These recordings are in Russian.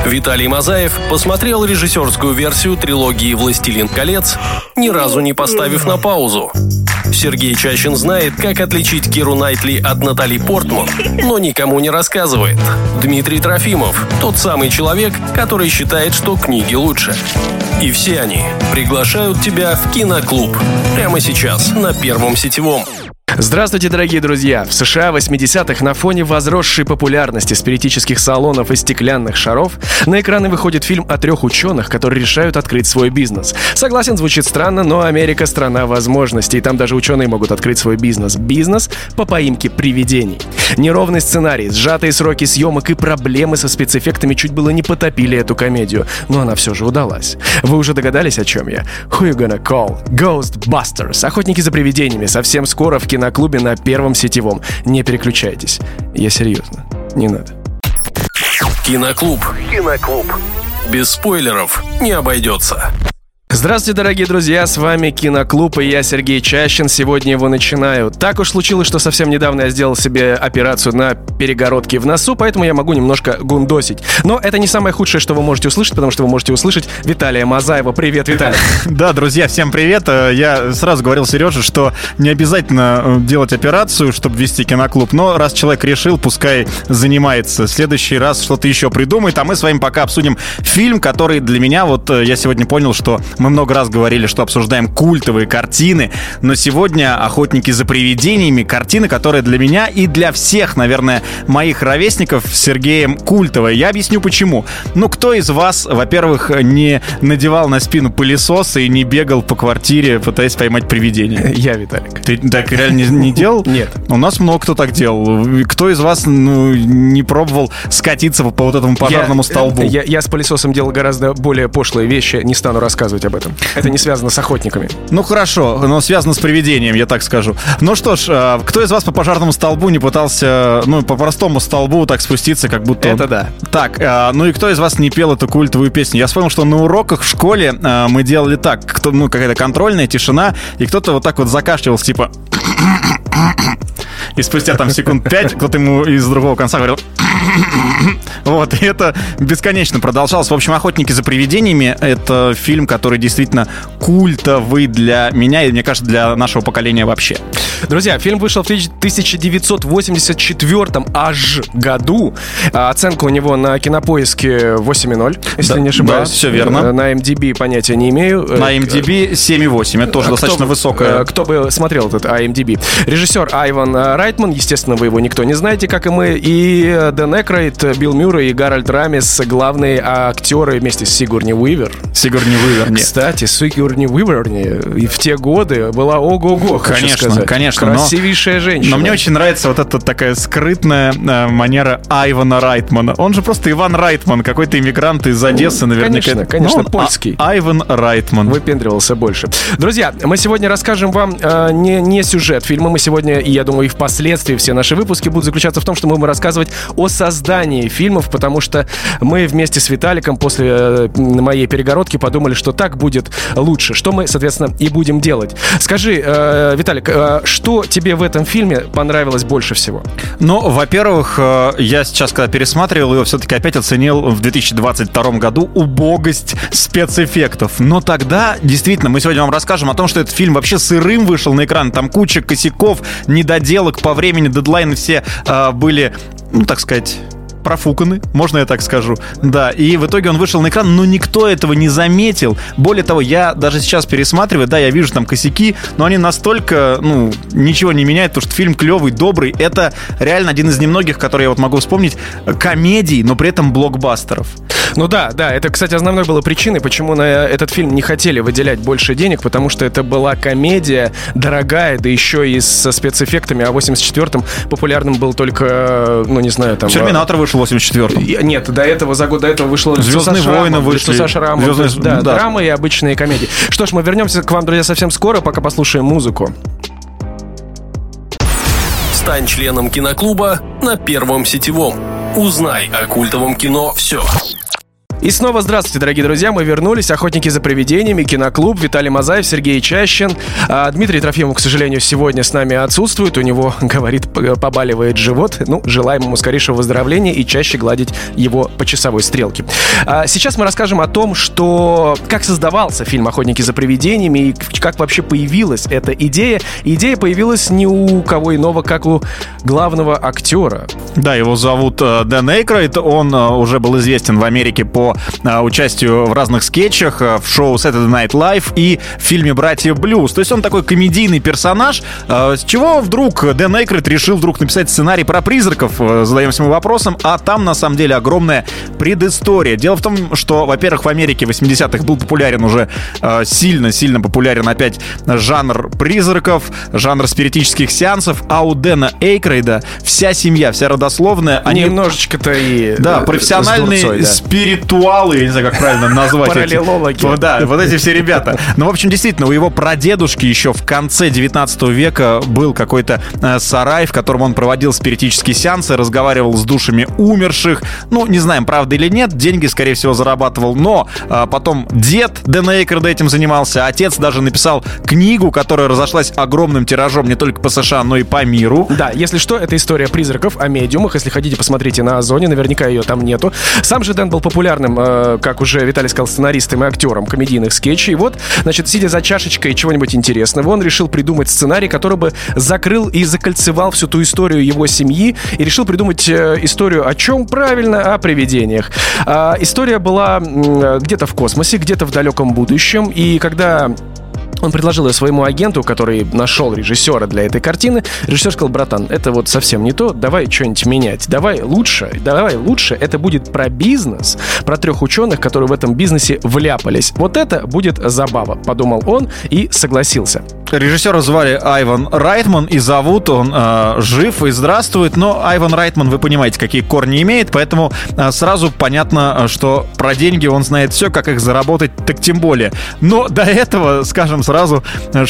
Виталий Мазаев посмотрел режиссерскую версию трилогии «Властелин колец», ни разу не поставив на паузу. Сергей Чащин знает, как отличить Киру Найтли от Натали Портман, но никому не рассказывает. Дмитрий Трофимов – тот самый человек, который считает, что книги лучше. И все они приглашают тебя в киноклуб. Прямо сейчас на Первом сетевом. Здравствуйте, дорогие друзья! В США 80-х на фоне возросшей популярности спиритических салонов и стеклянных шаров на экраны выходит фильм о 3 ученых, которые решают открыть свой бизнес. Согласен, звучит странно, но Америка — страна возможностей, и там даже ученые могут открыть свой бизнес. Бизнес по поимке привидений. Неровный сценарий, сжатые сроки съемок и проблемы со спецэффектами чуть было не потопили эту комедию, но она все же удалась. Вы уже догадались, о чем я? Who you gonna call? Ghostbusters. Охотники за привидениями. Совсем скоро в киноклубе на Первом сетевом. Не переключайтесь. Я серьезно. Не надо. Киноклуб. Без спойлеров не обойдется. Здравствуйте, дорогие друзья, с вами Киноклуб, и я, Сергей Чащин. Сегодня его начинаю. Так уж случилось, что совсем недавно я сделал себе операцию на перегородке в носу, поэтому я могу немножко гундосить. Но это не самое худшее, что вы можете услышать, потому что вы можете услышать Виталия Мазаева. Привет, Виталий. Да, друзья, всем привет. Я сразу говорил Сереже, что не обязательно делать операцию, чтобы вести Киноклуб, но раз человек решил, пускай занимается. В следующий раз что-то еще придумает, а мы с вами пока обсудим фильм, который для меня, вот я сегодня понял, что мы много раз говорили, что обсуждаем культовые картины, но сегодня «Охотники за привидениями» — картина, которая для меня и для всех, наверное, моих ровесников с Сергеем культовая. Я объясню почему. Ну, кто из вас, во-первых, не надевал на спину пылесос и не бегал по квартире, пытаясь поймать привидение? Я, Виталик. Ты так реально не делал? Нет. У нас много кто так делал. Кто из вас, не пробовал скатиться по вот этому пожарному столбу? Я с пылесосом делал гораздо более пошлые вещи, не стану рассказывать об этом. Это не связано с охотниками. Ну хорошо, но связано с привидением, я так скажу. Ну что ж, кто из вас по пожарному столбу не пытался, по простому столбу так спуститься, как будто... Это да. Так, ну и кто из вас не пел эту культовую песню? Я вспомнил, что на уроках в школе мы делали так, какая-то контрольная тишина, и кто-то вот так вот закашливался, типа... И спустя там секунд 5 кто-то ему из другого конца говорил... Вот, и это бесконечно продолжалось. В общем, «Охотники за привидениями» — это фильм, который действительно культовый для меня и, мне кажется, для нашего поколения вообще. Друзья, фильм вышел в 1984 аж году. Оценка у него на Кинопоиске 8,0 если не ошибаюсь. Да, все верно. На IMDb понятия не имею. На IMDb 7,8. Это тоже достаточно высокое. Кто бы смотрел этот IMDb? Режиссер Айван Райтман. Естественно, вы его никто не знаете, как и мы. И Дэн Экройд, Билл Мюррей и Гарольд Рамис — главные актеры вместе с Сигурни Уивер. Кстати, Сигурни Уивер и в те годы была ого-го, хочу сказать. Конечно. Красивейшая женщина. Но мне очень нравится вот эта такая скрытная манера Айвана Райтмана. Он же просто Иван Райтман, какой-то иммигрант из Одессы, наверняка. Конечно, польский. Айван Райтман. Выпендривался больше. Друзья, мы сегодня расскажем вам не сюжет фильма. Мы сегодня, и я думаю, и впоследствии все наши выпуски будут заключаться в том, что мы будем рассказывать о создании фильмов, потому что мы вместе с Виталиком после моей перегородки подумали, что так будет лучше, что мы, соответственно, и будем делать. Скажи, Виталик, что тебе в этом фильме понравилось больше всего? Ну, во-первых, я сейчас, когда пересматривал его, все-таки опять оценил в 2022 году убогость спецэффектов. Но тогда, действительно, мы сегодня вам расскажем о том, что этот фильм вообще сырым вышел на экран. Там куча косяков, недоделок по времени, дедлайны все были, так сказать... профуканы, можно я так скажу. Да, и в итоге он вышел на экран, но никто этого не заметил. Более того, я даже сейчас пересматриваю, да, я вижу там косяки, но они настолько, ничего не меняют, потому что фильм клевый, добрый. Это реально один из немногих, которые я вот могу вспомнить, комедий, но при этом блокбастеров. Ну да, это, кстати, основной была причиной, почему на этот фильм не хотели выделять больше денег, потому что это была комедия дорогая, да еще и со спецэффектами, а в 84-м популярным был только, не знаю, там... «Терминатор» вышел в 84-м. Нет, за год до этого вышло «Звездные войны» вышли. «Лицо со шрамом». Да, драмы и обычные комедии. Что ж, мы вернемся к вам, друзья, совсем скоро, пока послушаем музыку. Стань членом Киноклуба на Первом сетевом. Узнай о культовом кино все. И снова здравствуйте, дорогие друзья, мы вернулись. «Охотники за привидениями», киноклуб, Виталий Мазаев, Сергей Чащин. Дмитрий Трофимов, к сожалению, сегодня с нами отсутствует. У него, говорит, побаливает живот. Желаем ему скорейшего выздоровления и чаще гладить его по часовой стрелке. Сейчас мы расскажем о том, как создавался фильм «Охотники за привидениями» и как вообще появилась эта идея. Идея появилась не у кого иного, как у главного актера. Да, его зовут Дэн Эйкройд. Он уже был известен в Америке по участию в разных скетчах, в шоу Saturday Night Live и в фильме «Братья Блюз». То есть он такой комедийный персонаж. С чего вдруг Дэн Эйкройд решил написать сценарий про призраков? Задаемся мы вопросом. А там, на самом деле, огромная предыстория. Дело в том, что, во-первых, в Америке в 80-х был популярен уже сильно-сильно популярен опять жанр призраков, жанр спиритических сеансов, а у Дэна Эйкройда вся семья, вся родословная, они немножечко-то и... Да, профессиональные спиритуалы, я не знаю, как правильно назвать. Параллелологи. Да, вот эти все ребята. Ну, в общем, действительно, у его прадедушки еще в конце 19 века был какой-то сарай, в котором он проводил спиритические сеансы, разговаривал с душами умерших. Ну, не знаем, правда или нет, деньги, скорее всего, зарабатывал. Но потом дед Дэна Эйкройда этим занимался. Отец даже написал книгу, которая разошлась огромным тиражом не только по США, но и по миру. Да, если что, это история призраков о медиумах. Если хотите, посмотрите на Озоне, наверняка ее там нету. Сам же Дэн был популярным, как уже Виталий сказал, сценаристом и актером комедийных скетчей. И вот, значит, сидя за чашечкой чего-нибудь интересного, он решил придумать сценарий, который бы закрыл и закольцевал всю ту историю его семьи, и решил придумать историю о чем? Правильно, о привидениях. История была где-то в космосе, где-то в далеком будущем, и когда он предложил ее своему агенту, который нашел режиссера для этой картины, режиссер сказал: братан, это вот совсем не то, давай что-нибудь менять, давай лучше, это будет про бизнес, про 3 ученых, которые в этом бизнесе вляпались. Вот это будет забава, подумал он и согласился. Режиссера звали Айван Райтман, и зовут он жив и здравствует, но Айван Райтман, вы понимаете, какие корни имеет, поэтому сразу понятно, что про деньги он знает все, как их заработать, так тем более. Но до этого, скажем сразу,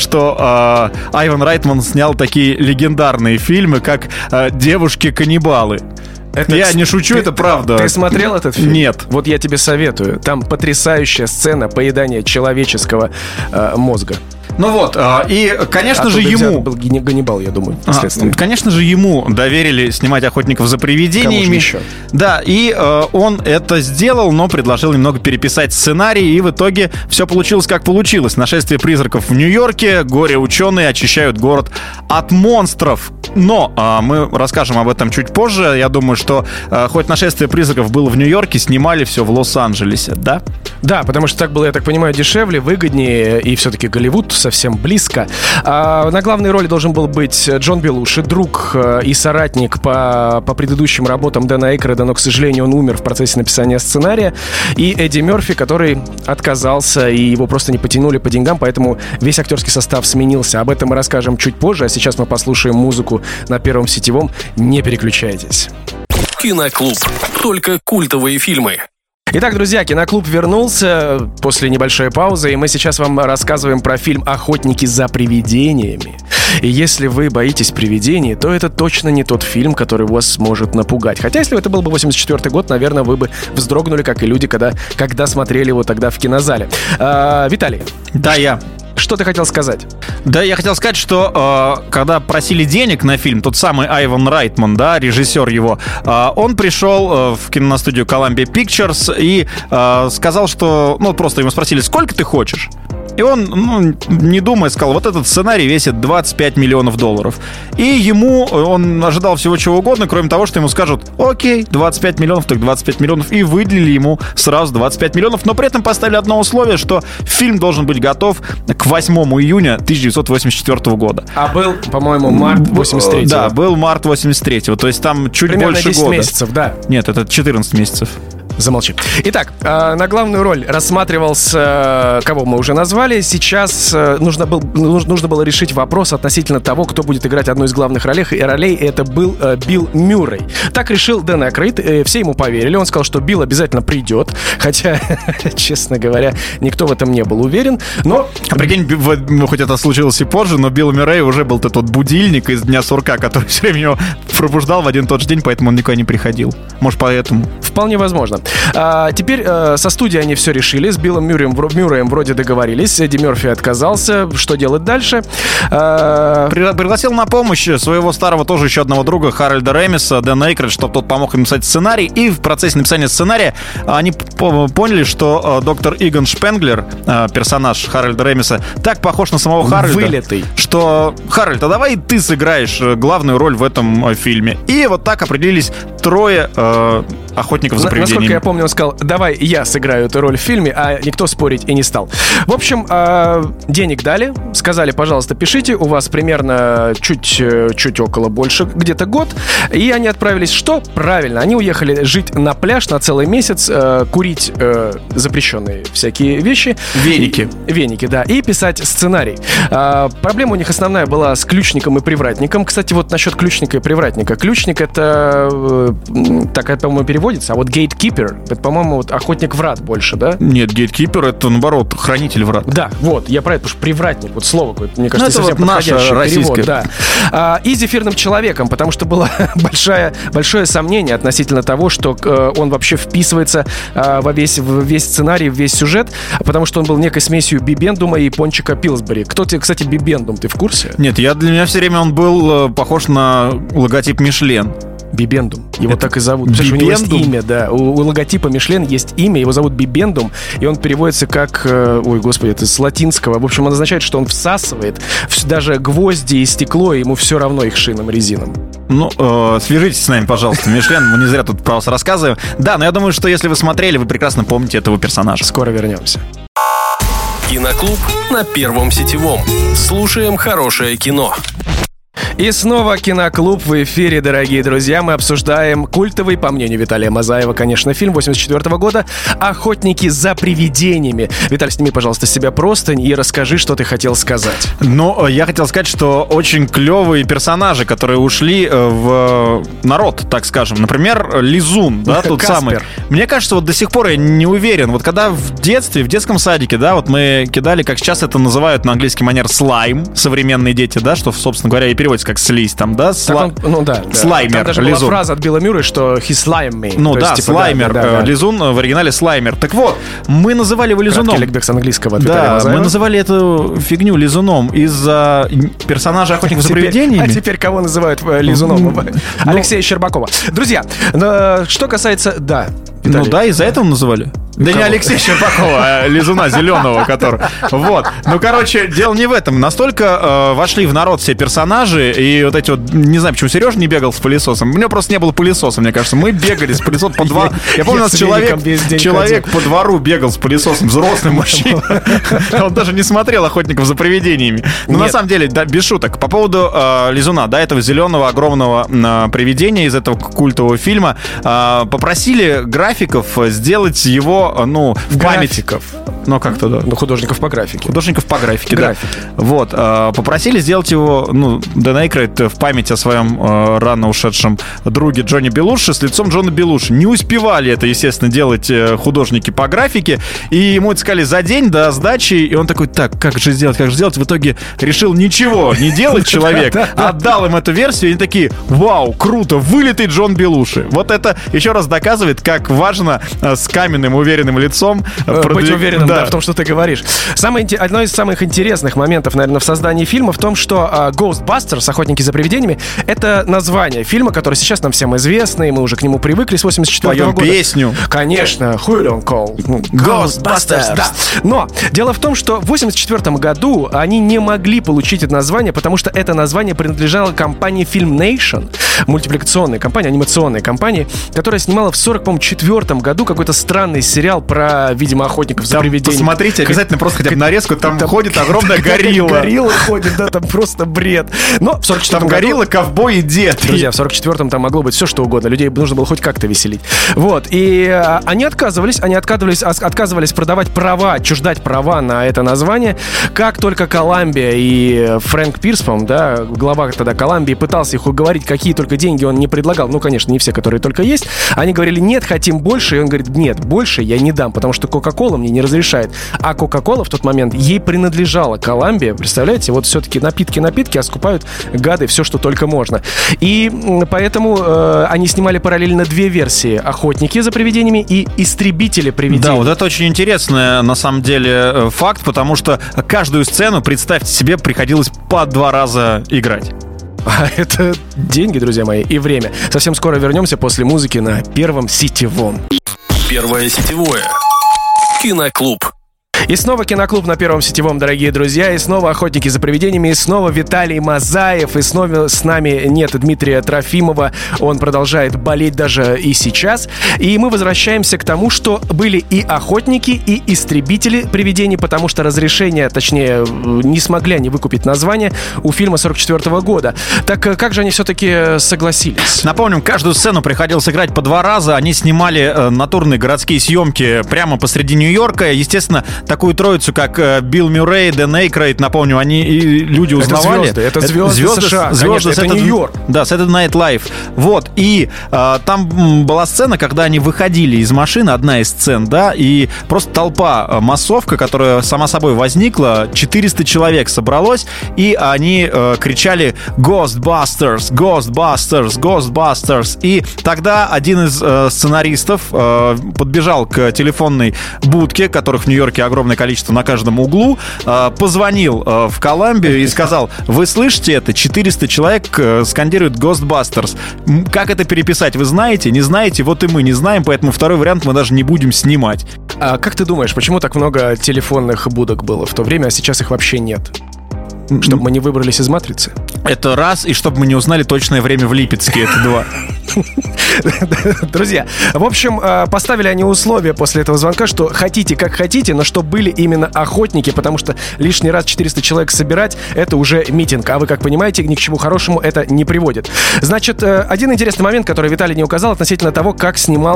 что Айван Райтман снял такие легендарные фильмы, как «Девушки-каннибалы». Я не шучу, это правда. Ты смотрел этот фильм? Нет. Вот я тебе советую. Там потрясающая сцена поедания человеческого мозга. Ну вот, и, конечно же, ему... был Ганнибал, я думаю, впоследствии. Конечно же, ему доверили снимать «Охотников за привидениями». Кому же еще? Да, и он это сделал, но предложил немного переписать сценарий, и в итоге все получилось, как получилось. Нашествие призраков в Нью-Йорке, горе-ученые очищают город от монстров. Но мы расскажем об этом чуть позже. Я думаю, что хоть нашествие призраков было в Нью-Йорке, снимали все в Лос-Анджелесе, да? Да, потому что так было, я так понимаю, дешевле, выгоднее, и все-таки Голливуд совсем близко. На главной роли должен был быть Джон Белуши, друг и соратник по предыдущим работам Дэна Эйкройда, но, к сожалению, он умер в процессе написания сценария. И Эдди Мерфи, который отказался, и его просто не потянули по деньгам, поэтому весь актерский состав сменился. Об этом мы расскажем чуть позже, а сейчас мы послушаем музыку на Первом сетевом. Не переключайтесь. Киноклуб. Только культовые фильмы. Итак, друзья, киноклуб вернулся после небольшой паузы, и мы сейчас вам рассказываем про фильм «Охотники за привидениями». И если вы боитесь привидений, то это точно не тот фильм, который вас может напугать. Хотя, если это был бы 84-й год, наверное, вы бы вздрогнули, как и люди, когда смотрели его тогда в кинозале. Виталий. Да, я. Что ты хотел сказать? Да, я хотел сказать, что когда просили денег на фильм, тот самый Айван Райтман, да, режиссер его, он пришел в киностудию Columbia Pictures и сказал, что, просто ему спросили, сколько ты хочешь? И он, не думая, сказал, вот этот сценарий весит $25 миллионов. И он ожидал всего чего угодно, кроме того, что ему скажут, окей, 25 миллионов, так 25 миллионов. И выделили ему сразу 25 миллионов. Но при этом поставили одно условие, что фильм должен быть готов к 8 июня 1984 года. А был, по-моему, март 83-го. Да, был март 83-го. То есть там чуть примерно больше 10 года. месяцев, да. Нет, это 14 месяцев. Замолчи. Итак, на главную роль рассматривался, кого мы уже назвали. Сейчас нужно было решить вопрос относительно того, кто будет играть одну из главных ролей. Это был Билл Мюррей. Так решил Дэн Эйкройд. Все ему поверили. Он сказал, что Билл обязательно придет. Хотя, честно говоря, никто в этом не был уверен. Но... Прикинь, хоть это случилось и позже, но Билл Мюррей уже был тот будильник из Дня сурка, который все время его пробуждал в один и тот же день, поэтому он никуда не приходил. Может, поэтому. Вполне возможно. Теперь со студией они все решили. С Биллом Мюрреем вроде договорились. Эдди Мерфи отказался. Что делать дальше? Пригласил на помощь своего старого тоже еще одного друга Харальда Ремиса, Дэн Эйкридж, чтобы тот помог им написать сценарий. И в процессе написания сценария они поняли, что доктор Игон Шпенглер, персонаж Харальда Ремиса, так похож на самого Харальда, вылитый, что Харальд, а давай ты сыграешь главную роль в этом фильме. И вот так определились трое охотников за привидениями. Насколько я помню, он сказал: давай я сыграю эту роль в фильме, а никто спорить и не стал. В общем, денег дали, сказали: пожалуйста, пишите, у вас примерно чуть около больше, где-то год. И они отправились что? Правильно, они уехали жить на пляж на целый месяц, курить запрещенные всякие вещи. Веники, да, и писать сценарий. Проблема у них основная была с ключником и привратником. Кстати, вот насчет ключника и привратника. Ключник — это, так, по-моему, переводится, а вот gatekeeper — это, по-моему, вот охотник врат больше, да? Нет, gatekeeper — это, наоборот, хранитель врат. Да, вот, я про это, потому что привратник, вот слово какое-то, мне кажется, совсем вот подходящий перевод. Да. И зефирным человеком, потому что было большое сомнение относительно того, что он вообще вписывается во весь сценарий, в весь сюжет, потому что он был некой смесью Бибендума и Пончика Пилсбери. Кто тебе, кстати, Бибендум, ты в курсе? Нет, для меня все время он был похож на логотип Мишлен. Бибендум. Его так и зовут. Потому что у него есть имя, да. У логотипа Мишлен есть имя, его зовут Бибендум, и он переводится как... Ой, господи, это с латинского. В общем, он означает, что он всасывает даже гвозди и стекло, и ему все равно их шинам, резинам. Ну, свяжитесь с нами, пожалуйста, Мишлен. Мы не зря тут про вас рассказываем. Да, но я думаю, что если вы смотрели, вы прекрасно помните этого персонажа. Скоро вернемся. Киноклуб на Первом сетевом. Слушаем хорошее кино. И снова Киноклуб в эфире, дорогие друзья. Мы обсуждаем культовый, по мнению Виталия Мазаева, конечно, фильм 1984 года «Охотники за привидениями». Виталий, сними, пожалуйста, с себя простынь и расскажи, что ты хотел сказать. Ну, я хотел сказать, что очень клевые персонажи, которые ушли в народ, так скажем. Например, Лизун, да, тот самый. Мне кажется, вот до сих пор я не уверен. Вот когда в детстве, в детском садике, да, вот мы кидали, как сейчас это называют на английский манер, слайм, современные дети, да, что, собственно говоря, и переводится как слизь, там, да? Слаймер. Там даже Лизун. Была фраза от Билла Мюррея, что he slime me. Ну то да, есть, типа, слаймер. да. Лизун в оригинале слаймер. Так вот, мы называли его Лизуном. Краткий ликбез английского от Да, Виталия Мазаева. мы называли эту фигню Лизуном из-за персонажа «Охотников за привидениями». А теперь кого называют Лизуном? Алексея Щербакова. Друзья, что касается... Да, Виталий. Ну да, из-за этого называли. Да не Алексея Щербакова, а Лизуна Зеленого, который... Вот. Ну, короче, дело не в этом. Настолько вошли в народ все персонажи, и вот эти вот... Не знаю, почему Сережа не бегал с пылесосом. У меня просто не было пылесоса, мне кажется. Мы бегали с пылесосом по двору. Я помню, у нас человек по двору бегал с пылесосом, взрослый мужчина. Он даже не смотрел «Охотников за привидениями». Но на самом деле, да, без шуток. По поводу Лизуна, да, этого зеленого огромного привидения из этого культового фильма, попросили графиков сделать его, ну, в Графиков. Ну, как-то, да. Ну, художников по графике. Художников по графике, да. Вот. Попросили сделать его, ну, Дэн Эйкройд в память о своем рано ушедшем друге Джонни Белуши с лицом Джона Белуши. Не успевали это, естественно, делать художники по графике. И ему это сказали за день до сдачи. И он такой: так, как же сделать? В итоге решил ничего не делать человек. Отдал им эту версию. И они такие: вау, круто, вылитый Джон Белуши. Вот это еще раз доказывает, как важно с каменным, уверенным лицом быть уверенным, да, в том, что ты говоришь. Одно из самых интересных моментов, наверное, в создании фильма в том, что Ghostbusters, «Охотники за привидениями», это название фильма, который сейчас нам всем известный, мы уже к нему привыкли с 1984 года. Поем песню. Конечно, Who don't call? Ghostbusters, да. Но дело в том, что в 1984 году они не могли получить это название, потому что это название принадлежало компании Filmation, мультипликационной компании, анимационной компании, которая снимала в 1944 году какой-то странный сериал про, видимо, охотников за привидениями. Посмотрите, обязательно просто хотя бы нарезку, там ходит огромная горилла. Горилла ходит, да, там просто бред. Но в 44-м там горилла, ковбой и дед. Друзья, в 44-м там могло быть все, что угодно. Людей нужно было хоть как-то веселить. Вот, и они отказывались продавать права, отчуждать права на это название. Как только Коламбия и Фрэнк Пирс, да, глава тогда Коламбии, пытался их уговорить, какие только деньги он не предлагал, ну, конечно, не все, которые только есть, они говорили: нет, хотим больше, и он говорит: нет, больше я не дам, потому что Coca-Cola мне не разрешает. А Coca-Cola в тот момент, ей принадлежала Колумбия, представляете? Вот все-таки напитки, а скупают гады все, что только можно. И поэтому они снимали параллельно две версии: «Охотники за привидениями» и «Истребители привидений». Да, вот это очень интересный, на самом деле, факт, потому что каждую сцену, представьте себе, приходилось по 2 раза играть. А это деньги, друзья мои, и время. Совсем скоро вернемся после музыки на Первом сетевом. Первое сетевое. Киноклуб. И снова Киноклуб на Первом сетевом, дорогие друзья. И снова «Охотники за привидениями», и снова Виталий Мазаев. И снова с нами нет Дмитрия Трофимова. Он продолжает болеть даже и сейчас. И мы возвращаемся к тому, что были и «Охотники», и «Истребители привидений», потому что разрешение, точнее, не смогли они выкупить название у фильма 44 года. Так как же они все-таки согласились? Напомним, каждую сцену приходилось играть по 2 раза. Они снимали натурные городские съемки прямо посреди Нью-Йорка. Естественно, такую троицу, как Билл Мюррей, Дэн Эйкройд, напомню, они и люди узнавали. Это звезды США, звезды, конечно, это Нью-Йорк. Да, Saturday Night Live. Вот, и там была сцена, когда они выходили из машины, одна из сцен, да, и просто толпа, массовка, которая сама собой возникла, 400 человек собралось, и они кричали «Ghostbusters! Ghostbusters! Ghostbusters!» И тогда один из сценаристов подбежал к телефонной будке, которых в Нью-Йорке огромное количество на каждом углу, позвонил в Колумбию и сказал: вы слышите это? 400 человек скандируют Ghostbusters. Как это переписать? Вы знаете? Не знаете? Вот и мы не знаем, поэтому второй вариант мы даже не будем снимать. А как ты думаешь, почему так много телефонных будок было в то время, а сейчас их вообще нет? Чтобы мы не выбрались из «Матрицы»? Это раз, и чтобы мы не узнали точное время в Липецке, это 2. Друзья, в общем, поставили они условия после этого звонка, что хотите как хотите, но что были именно охотники, потому что лишний раз 400 человек собирать — это уже митинг, а вы, как понимаете, ни к чему хорошему это не приводит. Значит, один интересный момент, который Виталий не указал, относительно того, как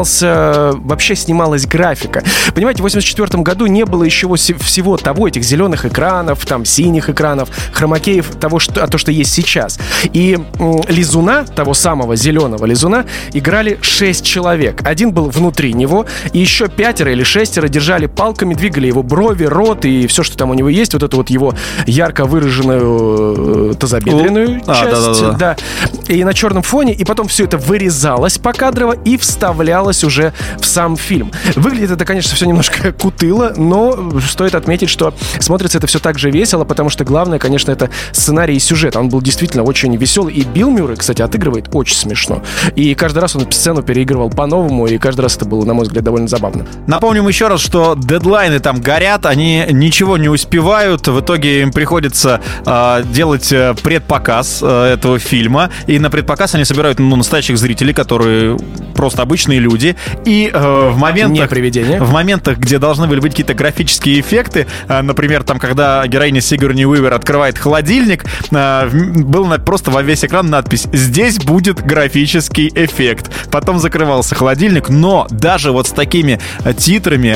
вообще снималась графика. Понимаете, в 84 году не было еще всего того, этих зеленых экранов, там, синих экранов, хромакеев, то, что есть сейчас. И лизуна, того самого зеленого лизуна, играли 6 человек. Один был внутри него, и еще 5 или 6 держали палками, двигали его брови, рот и все, что там у него есть. Вот эту вот его ярко выраженную тазобедренную часть. Да. И на черном фоне. И потом все это вырезалось покадрово и вставлялось уже в сам фильм. Выглядит это, конечно, все немножко кутыло, но стоит отметить, что смотрится это все так же весело, потому что главное, конечно, это сценарий и сюжет. Он был действительно очень веселый. И Билл Мюррей, кстати, отыгрывает очень смешно. И каждый раз он сцену переигрывал по-новому, и каждый раз это было, на мой взгляд, довольно забавно. Напомним еще раз, что дедлайны там горят, они ничего не успевают. В итоге им приходится делать предпоказ этого фильма. И на предпоказ они собирают настоящих зрителей, которые просто обычные люди. И в моментах, где должны были быть какие-то графические эффекты, например, там, когда героиня Сигурни Уивер открывает холодильник, был просто во весь экран надпись: «Здесь будет графический эффект». Потом закрывался холодильник, но даже вот с такими титрами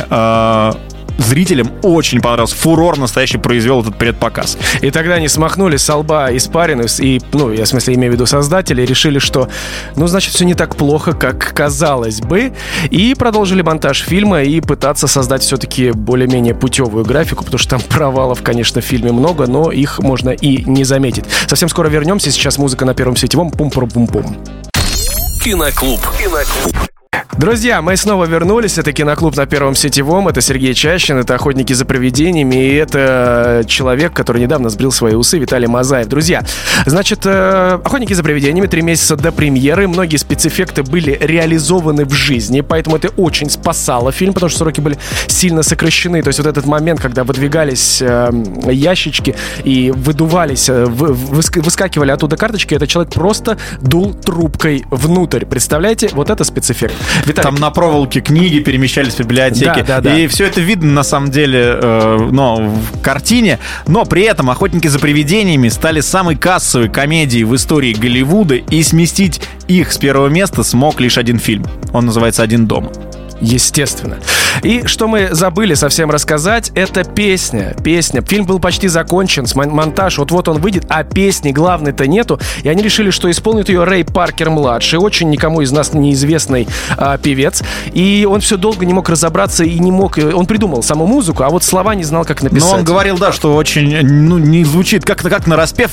зрителям очень понравился. Фурор настоящий произвел этот предпоказ. И тогда они смахнули со лба испарину, и, я в смысле имею в виду создатели, решили, что, значит, все не так плохо, как казалось бы, и продолжили монтаж фильма и пытаться создать все-таки более-менее путевую графику, потому что там провалов, конечно, в фильме много, но их можно и не заметить. Совсем скоро вернемся, сейчас музыка на Первом сетевом. Пум-пум-пум-пум. Киноклуб. Друзья, мы снова вернулись. Это Киноклуб на Первом сетевом. Это Сергей Чащин, это «Охотники за привидениями», и это человек, который недавно сбрил свои усы, Виталий Мазаев. Друзья, значит, «Охотники за привидениями», 3 месяца до премьеры. Многие спецэффекты были реализованы в жизни, поэтому это очень спасало фильм, потому что сроки были сильно сокращены. То есть вот этот момент, когда выдвигались ящички и выдувались, выскакивали оттуда карточки, этот человек просто дул трубкой внутрь. Представляете? Вот это спецэффект. Виталик. Там на проволоке книги перемещались в библиотеке. Да. И все это видно, на самом деле, в картине. Но при этом «Охотники за привидениями» стали самой кассовой комедией в истории Голливуда, и сместить их с первого места смог лишь один фильм. Он называется «Один дома». Естественно. И что мы забыли совсем рассказать, это песня. Фильм был почти закончен, монтаж вот-вот он выйдет, а песни главной-то нету. И они решили, что исполнит ее Рэй Паркер-младший, очень никому из нас неизвестный певец. И он все долго не мог разобраться и не мог... Он придумал саму музыку, а вот слова не знал, как написать. Но он говорил, да, что очень не звучит как на распев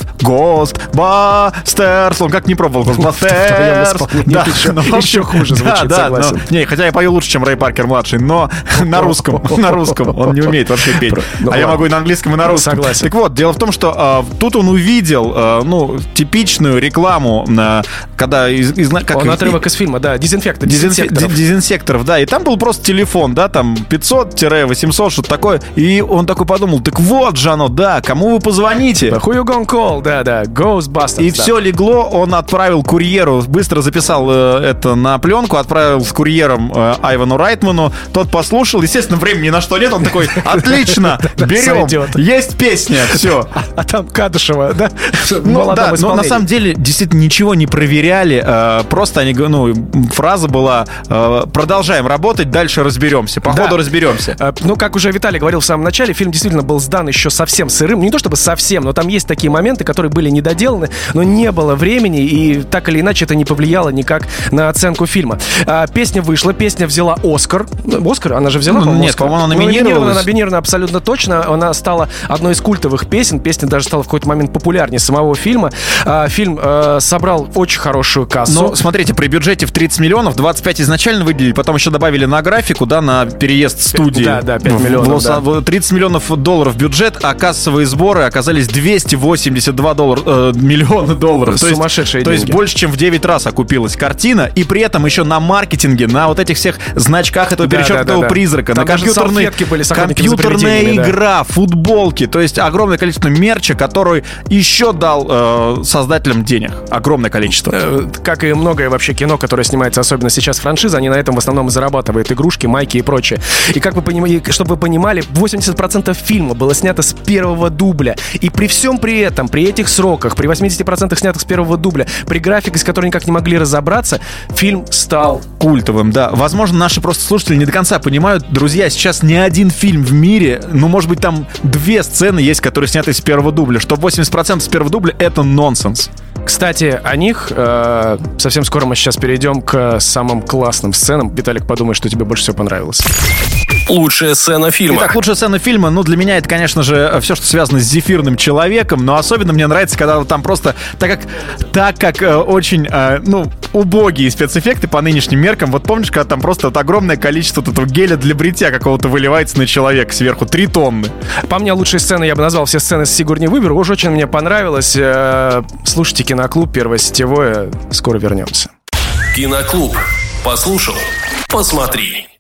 Ghostbusters. Он как не пробовал Ghostbusters. Да, еще хуже звучит, согласен. Не, хотя я пою лучше, чем Рэй Паркер-младший, но на русском он не умеет вообще петь. Я могу и на английском, и на русском. Согласен. Так вот, дело в том, что тут он увидел типичную рекламу, когда... Он отрывок из фильма, да, дезинсекторов, да, и там был просто телефон, да, там 500-800, что-то такое, и он такой подумал, так вот же оно, да, кому вы позвоните? Who you gonna call? Да, Ghostbusters. И все легло, он отправил курьеру, быстро записал это на пленку, отправил с курьером Айвану Райтману, тот послушал, естественно, времени на что нет, он такой, отлично, берем, есть песня, все. А там Кадышева, да? Ну да, но на самом деле действительно ничего не проверяли, просто они, фраза была, продолжаем работать, дальше разберемся, по ходу разберемся. Как уже Виталий говорил в самом начале, фильм действительно был сдан еще совсем сырым, не то чтобы совсем, но там есть такие моменты, которые были недоделаны, но не было времени, и так или иначе это не повлияло никак на оценку фильма. Песня вышла, песня взяла Оскар. Оскар? Она же взяла, по-моему, Нет, Оскар. по-моему, она номинировалась. Номинирована абсолютно точно. Она стала одной из культовых песен. Песня даже стала в какой-то момент популярнее самого фильма. Фильм собрал очень хорошую кассу. Но, смотрите, при бюджете в 30 миллионов, 25 изначально выделили, потом еще добавили на графику, да, на переезд студии. Да, 5 миллионов. 30 миллионов долларов бюджет, а кассовые сборы оказались 282 миллиона долларов. Сумасшедшие деньги. То есть больше, чем в 9 раз окупилась картина, и при этом еще на маркетинге, на вот этих всех значках этого перечеркнутого призрака, там на компьютерная игра, футболки, то есть огромное количество мерча, который еще дал создателям денег. Огромное количество. Как и многое вообще кино, которое снимается, особенно сейчас франшиза, они на этом в основном зарабатывают. Игрушки, майки и прочее. И как вы понимаете, чтобы вы понимали, 80% фильма было снято с первого дубля. И при всем при этом, при этих сроках, при 80% снятых с первого дубля, при графике, с которой никак не могли разобраться, фильм стал культовым, да. Возможно, наши просто слушатели не до конца понимают. Друзья, сейчас ни один фильм в мире, может быть, там 2 сцены есть, которые сняты с первого дубля. Что 80% с первого дубля — это нонсенс. Кстати, о них совсем скоро мы сейчас перейдем к самым классным сценам. Виталик, подумай, что тебе больше всего понравилось. Лучшая сцена фильма. Итак, лучшая сцена фильма, для меня это, конечно же, все, что связано с зефирным человеком, но особенно мне нравится, когда там просто, так как очень, убогие спецэффекты по нынешним меркам, вот помнишь, когда там просто огромное количество этого геля для бритья какого-то выливается на человека сверху, 3 тонны. По мне, лучшие сцены, я бы назвал все сцены с Сигурни Уивер, уж очень мне понравилось. Слушайте Киноклуб, Первое сетевое, скоро вернемся. Киноклуб. Послушал, посмотри.